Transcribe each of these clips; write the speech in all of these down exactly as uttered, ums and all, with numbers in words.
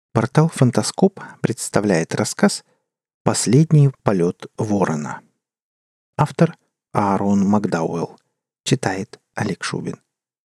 Портал «Фантаскоп» представляет рассказ «Последний полет ворона». Автор Аарон Макдауэлл. Читает Олег Шубин.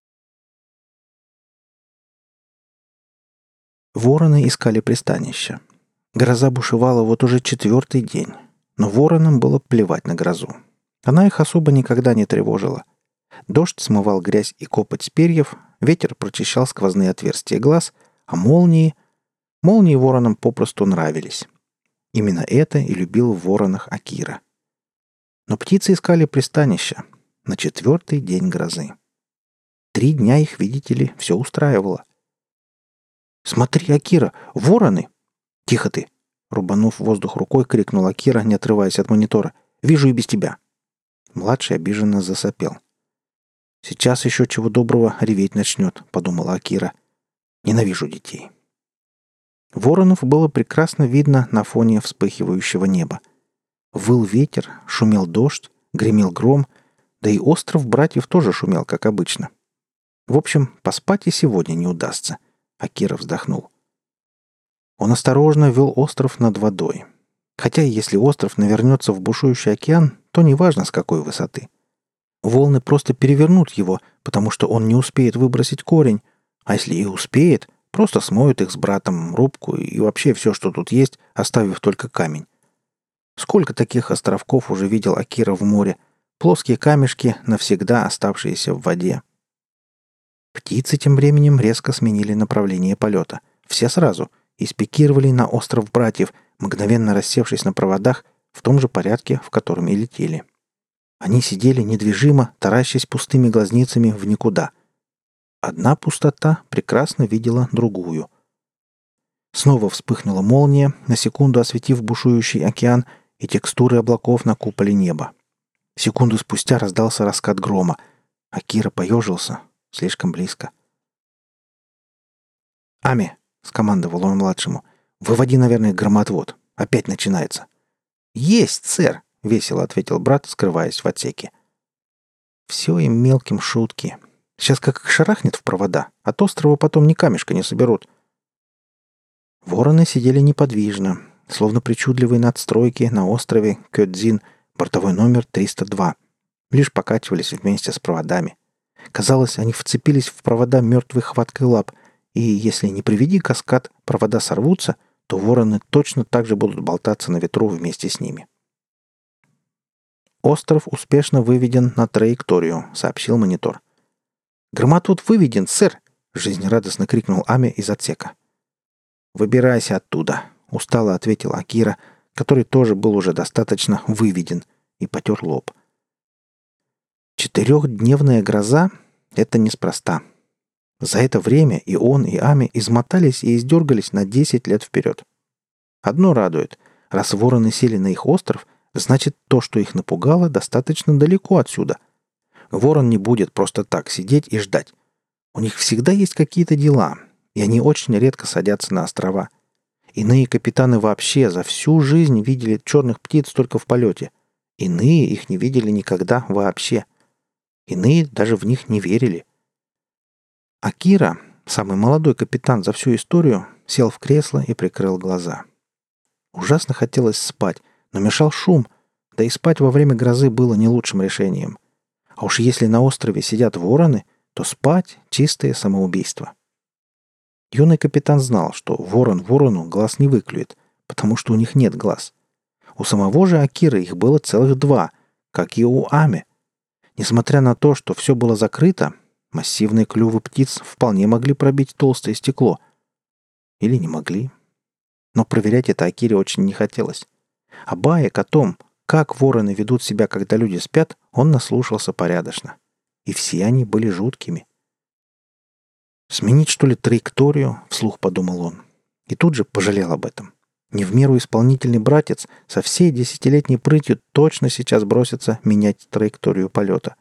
Вороны искали пристанища. Гроза бушевала вот уже четвертый день, но воронам было плевать на грозу. Она их особо никогда не тревожила. Дождь смывал грязь и копоть с перьев, ветер прочищал сквозные отверстия глаз, а молнии... Молнии воронам попросту нравились. Именно это и любил в воронах Акира. Но птицы искали пристанища на четвертый день грозы. Три дня их, видите ли, все устраивало. «Смотри, Акира, вороны!» «Тихо ты!» — рубанув воздух рукой, крикнул Акира, не отрываясь от монитора. «Вижу и без тебя!» Младший обиженно засопел. «Сейчас еще чего доброго реветь начнет», — подумала Акира. «Ненавижу детей». Воронов было прекрасно видно на фоне вспыхивающего неба. Выл ветер, шумел дождь, гремел гром, да и остров братьев тоже шумел, как обычно. В общем, поспать и сегодня не удастся. Акира вздохнул. Он осторожно вел остров над водой. Хотя если остров навернется в бушующий океан, то неважно с какой высоты. Волны просто перевернут его, потому что он не успеет выбросить корень, а если и успеет, просто смоют их с братом рубку и вообще все, что тут есть, оставив только камень. Сколько таких островков уже видел Акира в море, плоские камешки, навсегда оставшиеся в воде. Птицы тем временем резко сменили направление полета. Все сразу. И спикировали на остров братьев, мгновенно рассевшись на проводах в том же порядке, в котором и летели. Они сидели недвижимо, таращась пустыми глазницами в никуда. Одна пустота прекрасно видела другую. Снова вспыхнула молния, на секунду осветив бушующий океан и текстуры облаков на куполе неба. Секунду спустя раздался раскат грома. Акира поежился. Слишком близко. «Ами!» — скомандовал он младшему. «Выводи, наверное, громотвод. Опять начинается». «Есть, сэр!» — весело ответил брат, скрываясь в отсеке. «Все им мелким шутки. Сейчас как их шарахнет в провода, от острова потом ни камешка не соберут». Вороны сидели неподвижно, словно причудливые надстройки на острове Кёдзин, бортовой номер триста два. Лишь покачивались вместе с проводами. Казалось, они вцепились в провода мертвой хваткой лап, и если не приведи каскад, провода сорвутся, то вороны точно так же будут болтаться на ветру вместе с ними. «Остров успешно выведен на траекторию», — сообщил монитор. «Громотвод выведен, сэр!» — жизнерадостно крикнул Ами из отсека. «Выбирайся оттуда», — устало ответил Акира, который тоже был уже достаточно выведен, и потер лоб. Четырехдневная гроза — это неспроста. За это время и он, и Ами измотались и издергались на десять лет вперед. Одно радует. Раз вороны сели на их остров, значит, то, что их напугало, достаточно далеко отсюда. Ворон не будет просто так сидеть и ждать. У них всегда есть какие-то дела, и они очень редко садятся на острова. Иные капитаны вообще за всю жизнь видели черных птиц только в полете. Иные их не видели никогда вообще. Иные даже в них не верили. Акира, самый молодой капитан за всю историю, сел в кресло и прикрыл глаза. Ужасно хотелось спать, но мешал шум, да и спать во время грозы было не лучшим решением. А уж если на острове сидят вороны, то спать — чистое самоубийство. Юный капитан знал, что ворон ворону глаз не выклюет, потому что у них нет глаз. У самого же Акиры их было целых два, как и у Ами. Несмотря на то, что все было закрыто, массивные клювы птиц вполне могли пробить толстое стекло. Или не могли. Но проверять это Акире очень не хотелось. А баек о том, как вороны ведут себя, когда люди спят, он наслушался порядочно. И все они были жуткими. «Сменить, что ли, траекторию?» — вслух подумал он. И тут же пожалел об этом. Не в меру исполнительный братец со всей десятилетней прытью точно сейчас бросится менять траекторию полета.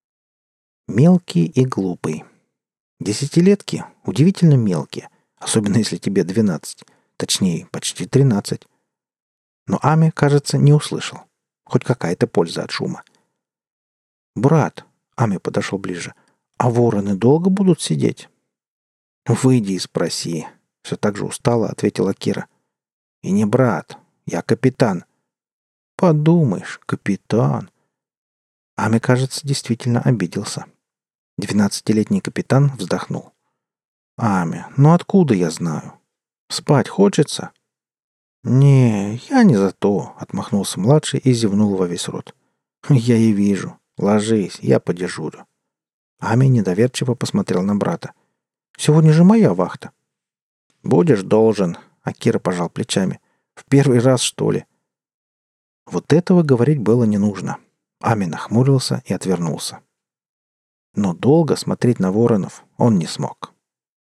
Мелкий и глупый. Десятилетки удивительно мелкие, особенно если тебе двенадцать, точнее, почти тринадцать. Но Ами, кажется, не услышал. Хоть какая-то польза от шума. «Брат», — Ами подошел ближе, — «а вороны долго будут сидеть?» «Выйди и спроси», Все так же устало ответила Кира. И не брат, я капитан. Подумаешь, капитан. Ами, кажется, действительно обиделся. Двенадцатилетний капитан вздохнул. Ами, ну откуда я знаю? Спать хочется? Не, я не за то, отмахнулся младший и зевнул во весь рот. Я и вижу. Ложись, я подежурю. Ами недоверчиво посмотрел на брата. Сегодня же моя вахта. Будешь должен, а Кира пожал плечами. В первый раз, что ли? Вот этого говорить было не нужно. Ами нахмурился и отвернулся. Но долго смотреть на воронов он не смог.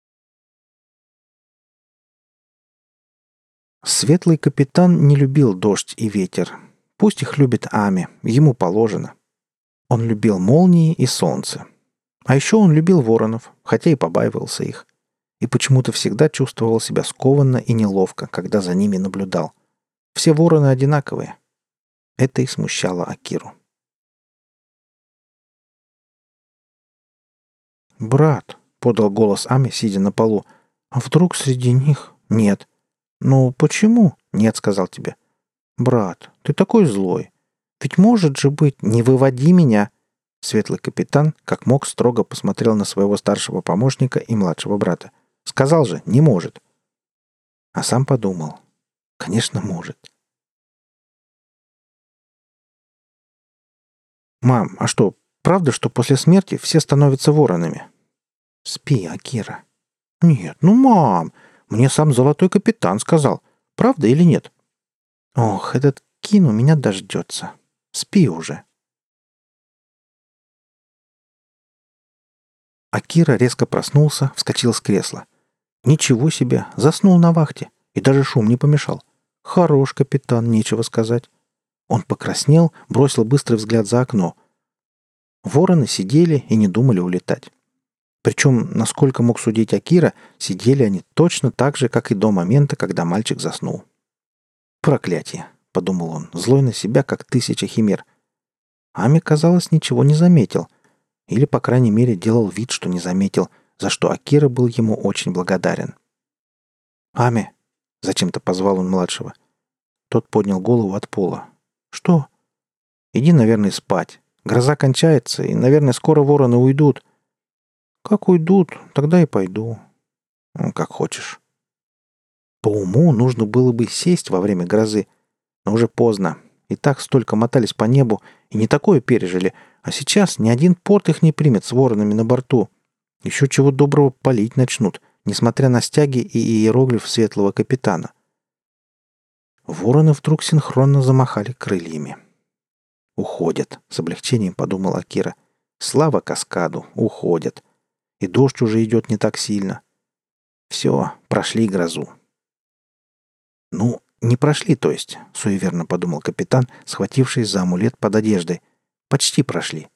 Светлый капитан не любил дождь и ветер. Пусть их любит Ами, ему положено. Он любил молнии и солнце. А еще он любил воронов, хотя и побаивался их. И почему-то всегда чувствовал себя скованно и неловко, когда за ними наблюдал. Все вороны одинаковые. Это и смущало Акиру. «Брат», — подал голос Ами, сидя на полу, — «а вдруг среди них...» «Нет». «Ну, почему?» «Нет», — сказал тебе. «Брат, ты такой злой. Ведь может же быть, не выводи меня!» Светлый капитан, как мог, строго посмотрел на своего старшего помощника и младшего брата. Сказал же, не может. А сам подумал. Конечно, может. «Мам, а что, правда, что после смерти все становятся воронами?» «Спи, Акира». «Нет, ну, мам, мне сам золотой капитан сказал. Правда или нет?» «Ох, этот Кину меня дождется. Спи уже». Акира резко проснулся, вскочил с кресла. Ничего себе, заснул на вахте. И даже шум не помешал. Хорош капитан, нечего сказать. Он покраснел, бросил быстрый взгляд за окно. Вороны сидели и не думали улетать. Причем, насколько мог судить Акира, сидели они точно так же, как и до момента, когда мальчик заснул. «Проклятие!» — подумал он, злой на себя, как тысяча химер. Ами, казалось, ничего не заметил. Или, по крайней мере, делал вид, что не заметил, за что Акира был ему очень благодарен. «Ами!» — зачем-то позвал он младшего. Тот поднял голову от пола. «Что?» «Иди, наверное, спать. Гроза кончается, и, наверное, скоро вороны уйдут». «Как уйдут, тогда и пойду». «Ну, как хочешь». По уму нужно было бы сесть во время грозы, но уже поздно. И так столько мотались по небу, и не такое пережили, а сейчас ни один порт их не примет с воронами на борту. Еще чего доброго палить начнут, несмотря на стяги и иероглиф светлого капитана. Вороны вдруг синхронно замахали крыльями. «Уходят», — с облегчением подумал Акира. «Слава каскаду, уходят. И дождь уже идет не так сильно. Все, прошли грозу». «Ну, не прошли, то есть», — суеверно подумал капитан, схватившись за амулет под одеждой. «Почти прошли».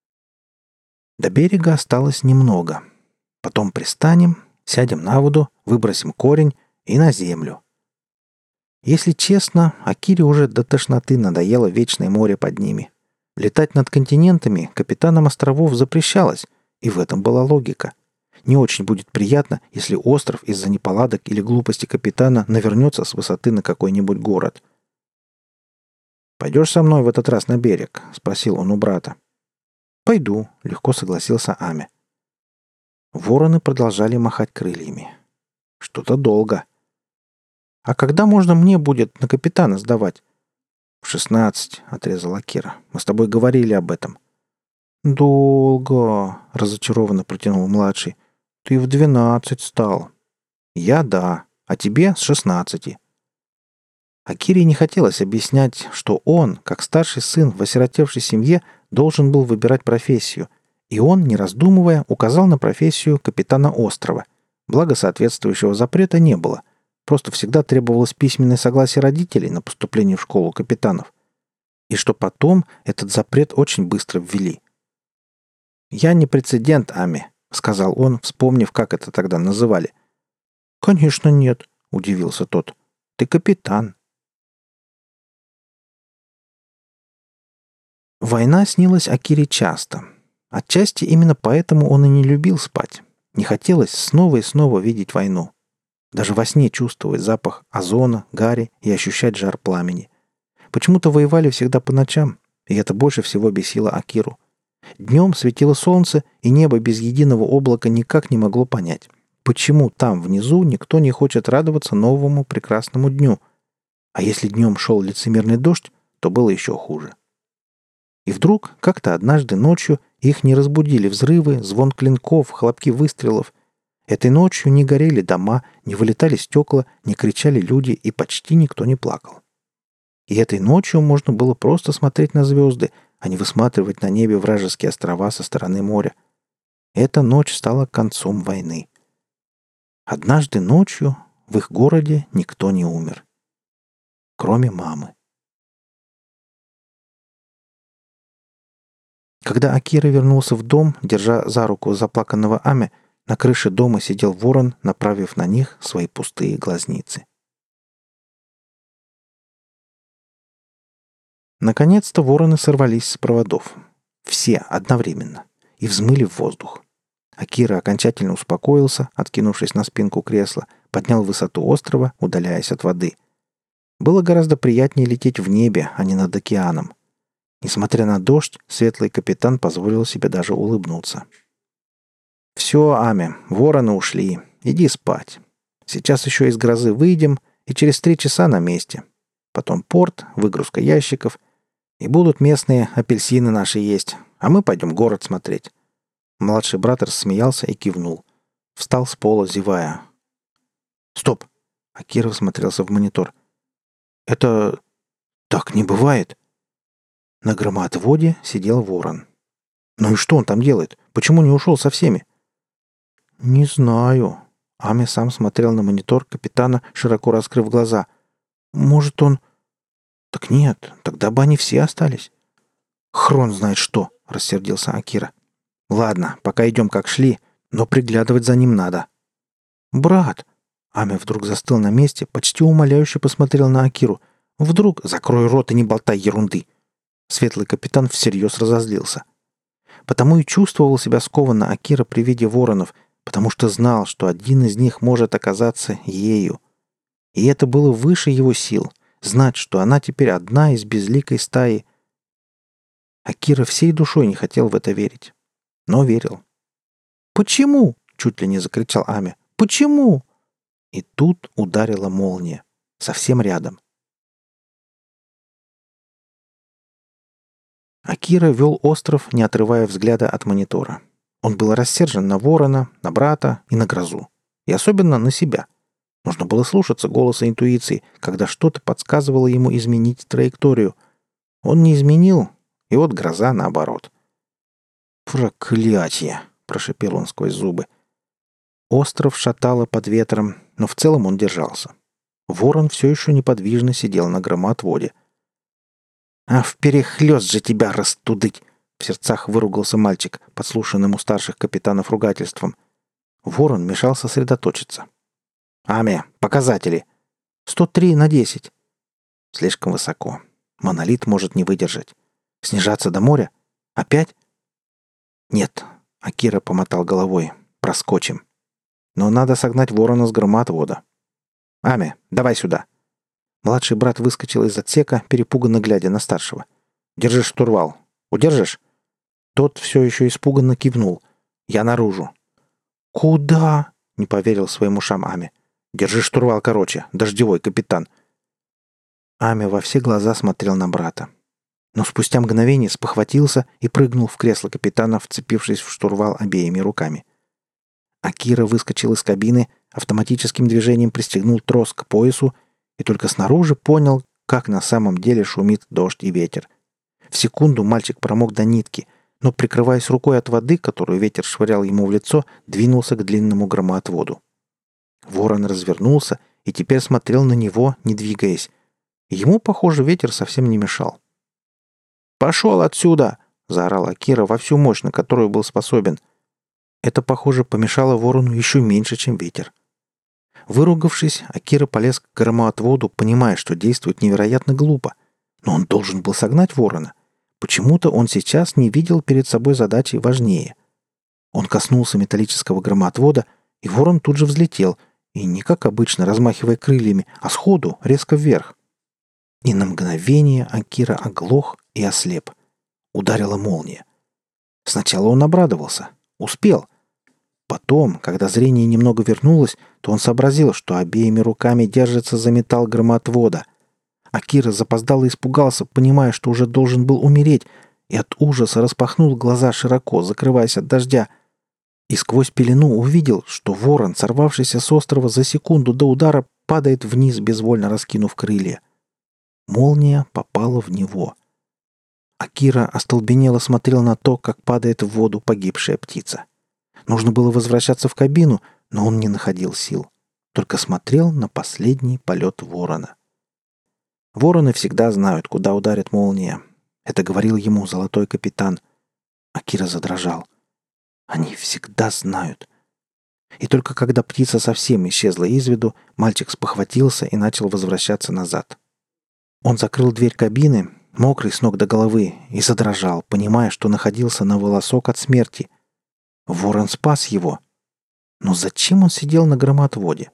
До берега осталось немного. Потом пристанем, сядем на воду, выбросим корень и на землю. Если честно, Акире уже до тошноты надоело вечное море под ними. Летать над континентами капитанам островов запрещалось, и в этом была логика. Не очень будет приятно, если остров из-за неполадок или глупости капитана навернется с высоты на какой-нибудь город. «Пойдешь со мной в этот раз на берег?» — спросил он у брата. «Пойду», — легко согласился Ами. Вороны продолжали махать крыльями. «Что-то долго». «А когда можно мне будет на капитана сдавать?» «В шестнадцать», — отрезала Кира. «Мы с тобой говорили об этом». «Долго», — разочарованно протянул младший. «Ты в двенадцать стал». «Я — да, а тебе — с шестнадцати». А Кире не хотелось объяснять, что он, как старший сын в осиротевшей семье, должен был выбирать профессию, и он, не раздумывая, указал на профессию капитана острова. Благо соответствующего запрета не было. Просто всегда требовалось письменное согласие родителей на поступление в школу капитанов. И что потом этот запрет очень быстро ввели. «Я не прецедент, Ами», — сказал он, вспомнив, как это тогда называли. «Конечно нет», — удивился тот. «Ты капитан». Война снилась Акире часто. Отчасти именно поэтому он и не любил спать. Не хотелось снова и снова видеть войну. Даже во сне чувствовать запах озона, гари и ощущать жар пламени. Почему-то воевали всегда по ночам, и это больше всего бесило Акиру. Днем светило солнце, и небо без единого облака никак не могло понять, почему там внизу никто не хочет радоваться новому прекрасному дню. А если днем шел лицемерный дождь, то было еще хуже. И вдруг, как-то однажды ночью, их не разбудили взрывы, звон клинков, хлопки выстрелов. Этой ночью не горели дома, не вылетали стекла, не кричали люди, и почти никто не плакал. И этой ночью можно было просто смотреть на звезды, а не высматривать на небе вражеские острова со стороны моря. Эта ночь стала концом войны. Однажды ночью в их городе никто не умер. Кроме мамы. Когда Акира вернулся в дом, держа за руку заплаканного Ами, на крыше дома сидел ворон, направив на них свои пустые глазницы. Наконец-то вороны сорвались с проводов. Все одновременно. И взмыли в воздух. Акира окончательно успокоился, откинувшись на спинку кресла, поднял высоту острова, удаляясь от воды. Было гораздо приятнее лететь в небе, а не над океаном. Несмотря на дождь, светлый капитан позволил себе даже улыбнуться. «Все, Ами, вороны ушли. Иди спать. Сейчас еще из грозы выйдем, и через три часа на месте. Потом порт, выгрузка ящиков. И будут местные апельсины наши есть, а мы пойдем город смотреть». Младший брат рассмеялся и кивнул. Встал с пола, зевая. «Стоп!» Акира всмотрелся в монитор. «Это... так не бывает!» На громоотводе сидел ворон. «Ну и что он там делает? Почему не ушел со всеми?» «Не знаю». Ами сам смотрел на монитор капитана, широко раскрыв глаза. «Может, он...» «Так нет, тогда бы они все остались». «Хрон знает что!» — рассердился Акира. «Ладно, пока идем как шли, но приглядывать за ним надо». «Брат!» Ами вдруг застыл на месте, почти умоляюще посмотрел на Акиру. «Вдруг...» «Закрой рот и не болтай ерунды!» Светлый капитан всерьез разозлился. Потому и чувствовал себя скованно Акира при виде воронов, потому что знал, что один из них может оказаться ею. И это было выше его сил — знать, что она теперь одна из безликой стаи. Акира всей душой не хотел в это верить, но верил. «Почему?» — чуть ли не закричал Ами. «Почему?» И тут ударила молния. Совсем рядом. Акира вел остров, не отрывая взгляда от монитора. Он был рассержен на ворона, на брата и на грозу. И особенно на себя. Нужно было слушаться голоса интуиции, когда что-то подсказывало ему изменить траекторию. Он не изменил, и вот гроза наоборот. «Проклятье!» — прошипел он сквозь зубы. Остров шатало под ветром, но в целом он держался. Ворон все еще неподвижно сидел на громоотводе. «А вперехлёст же тебя растудыть!» — в сердцах выругался мальчик, подслушанным у старших капитанов ругательством. Ворон мешал сосредоточиться. «Ами, показатели!» «сто три на десять». «Слишком высоко. Монолит может не выдержать. Снижаться до моря? Опять?» «Нет», — Акира помотал головой. «Проскочим. Но надо согнать ворона с громоотвода». «Ами, давай сюда!» Младший брат выскочил из отсека, перепуганно глядя на старшего. «Держи штурвал. Удержишь?» Тот все еще испуганно кивнул. «Я наружу». «Куда?» — не поверил своим ушам Ами. «Держи штурвал короче, дождевой капитан». Ами во все глаза смотрел на брата. Но спустя мгновение спохватился и прыгнул в кресло капитана, вцепившись в штурвал обеими руками. Акира выскочил из кабины, автоматическим движением пристегнул трос к поясу и только снаружи понял, как на самом деле шумит дождь и ветер. В секунду мальчик промок до нитки, но, прикрываясь рукой от воды, которую ветер швырял ему в лицо, двинулся к длинному громоотводу. Ворон развернулся и теперь смотрел на него, не двигаясь. Ему, похоже, ветер совсем не мешал. «Пошел отсюда!» — заорал Акира во всю мощь, на которую был способен. Это, похоже, помешало ворону еще меньше, чем ветер. Выругавшись, Акира полез к громоотводу, понимая, что действует невероятно глупо. Но он должен был согнать ворона. Почему-то он сейчас не видел перед собой задачи важнее. Он коснулся металлического громоотвода, и ворон тут же взлетел, И не как обычно, размахивая крыльями, а сходу, резко вверх. И на мгновение Акира оглох и ослеп. Ударила молния. Сначала он обрадовался. Успел. Потом, когда зрение немного вернулось, то он сообразил, что обеими руками держится за металл громоотвода. Акира запоздало испугался, понимая, что уже должен был умереть, и от ужаса распахнул глаза широко, закрываясь от дождя. И сквозь пелену увидел, что ворон, сорвавшийся с острова за секунду до удара, падает вниз, безвольно раскинув крылья. Молния попала в него. Акира остолбенело смотрел на то, как падает в воду погибшая птица. Нужно было возвращаться в кабину, но он не находил сил. Только смотрел на последний полет ворона. Вороны всегда знают, куда ударит молния. Это говорил ему золотой капитан. Акира задрожал. Они всегда знают. И только когда птица совсем исчезла из виду, мальчик спохватился и начал возвращаться назад. Он закрыл дверь кабины, мокрый с ног до головы, и задрожал, понимая, что находился на волосок от смерти. Ворон спас его. Но зачем он сидел на громоотводе?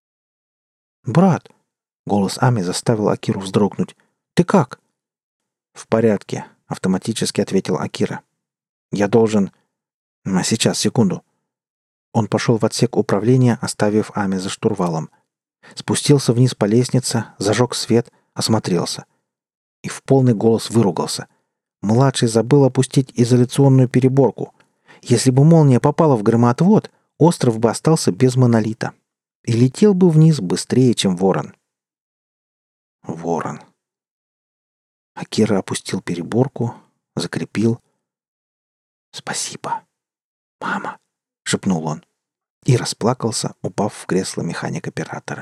«Брат!» — голос Ами заставил Акиру вздрогнуть. «Ты как?» «В порядке», — автоматически ответил Акира. «Я должен...» «А сейчас, секунду». Он пошел в отсек управления, оставив Ами за штурвалом. Спустился вниз по лестнице, зажег свет, осмотрелся. И в полный голос выругался. Младший забыл опустить изоляционную переборку. Если бы молния попала в громоотвод, остров бы остался без монолита. И летел бы вниз быстрее, чем ворон. Ворон. Акира опустил переборку, закрепил. «Спасибо, мама», — шепнул он. И расплакался, упав в кресло механик-оператора.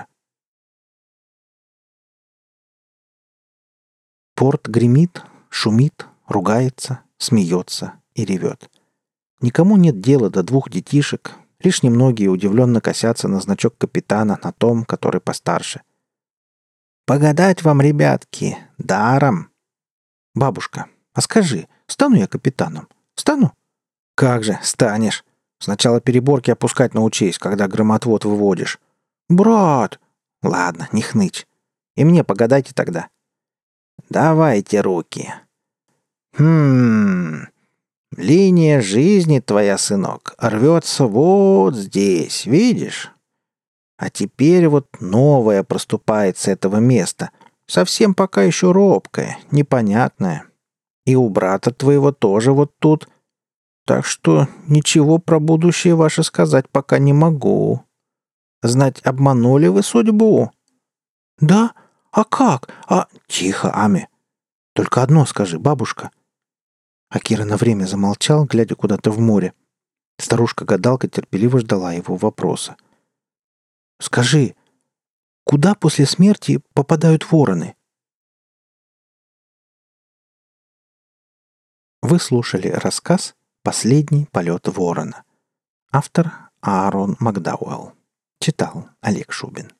Порт гремит, шумит, ругается, смеется и ревет. Никому нет дела до двух детишек, лишь немногие удивленно косятся на значок капитана на том, который постарше. «Погадать вам, ребятки, даром!» «Бабушка, а скажи, стану я капитаном? Стану?» «Как же, станешь! Сначала переборки опускать научись, когда громоотвод выводишь». «Брат!» «Ладно, не хнычь. И мне погадайте тогда». «Давайте руки». «Хм... Линия жизни твоя, сынок, рвется вот здесь, видишь? А теперь вот новая проступает с этого места, совсем пока еще робкая, непонятная. И у брата твоего тоже вот тут. Так что ничего про будущее ваше сказать пока не могу. Знать, обманули вы судьбу?» «Да? А как? А...» «Тихо, Ами. Только одно скажи, бабушка». Акира на время замолчал, глядя куда-то в море. Старушка-гадалка терпеливо ждала его вопроса. «Скажи, куда после смерти попадают вороны?» Вы слушали рассказ «Последний полет ворона». Автор Аарон Макдауэлл. Читал Олег Шубин.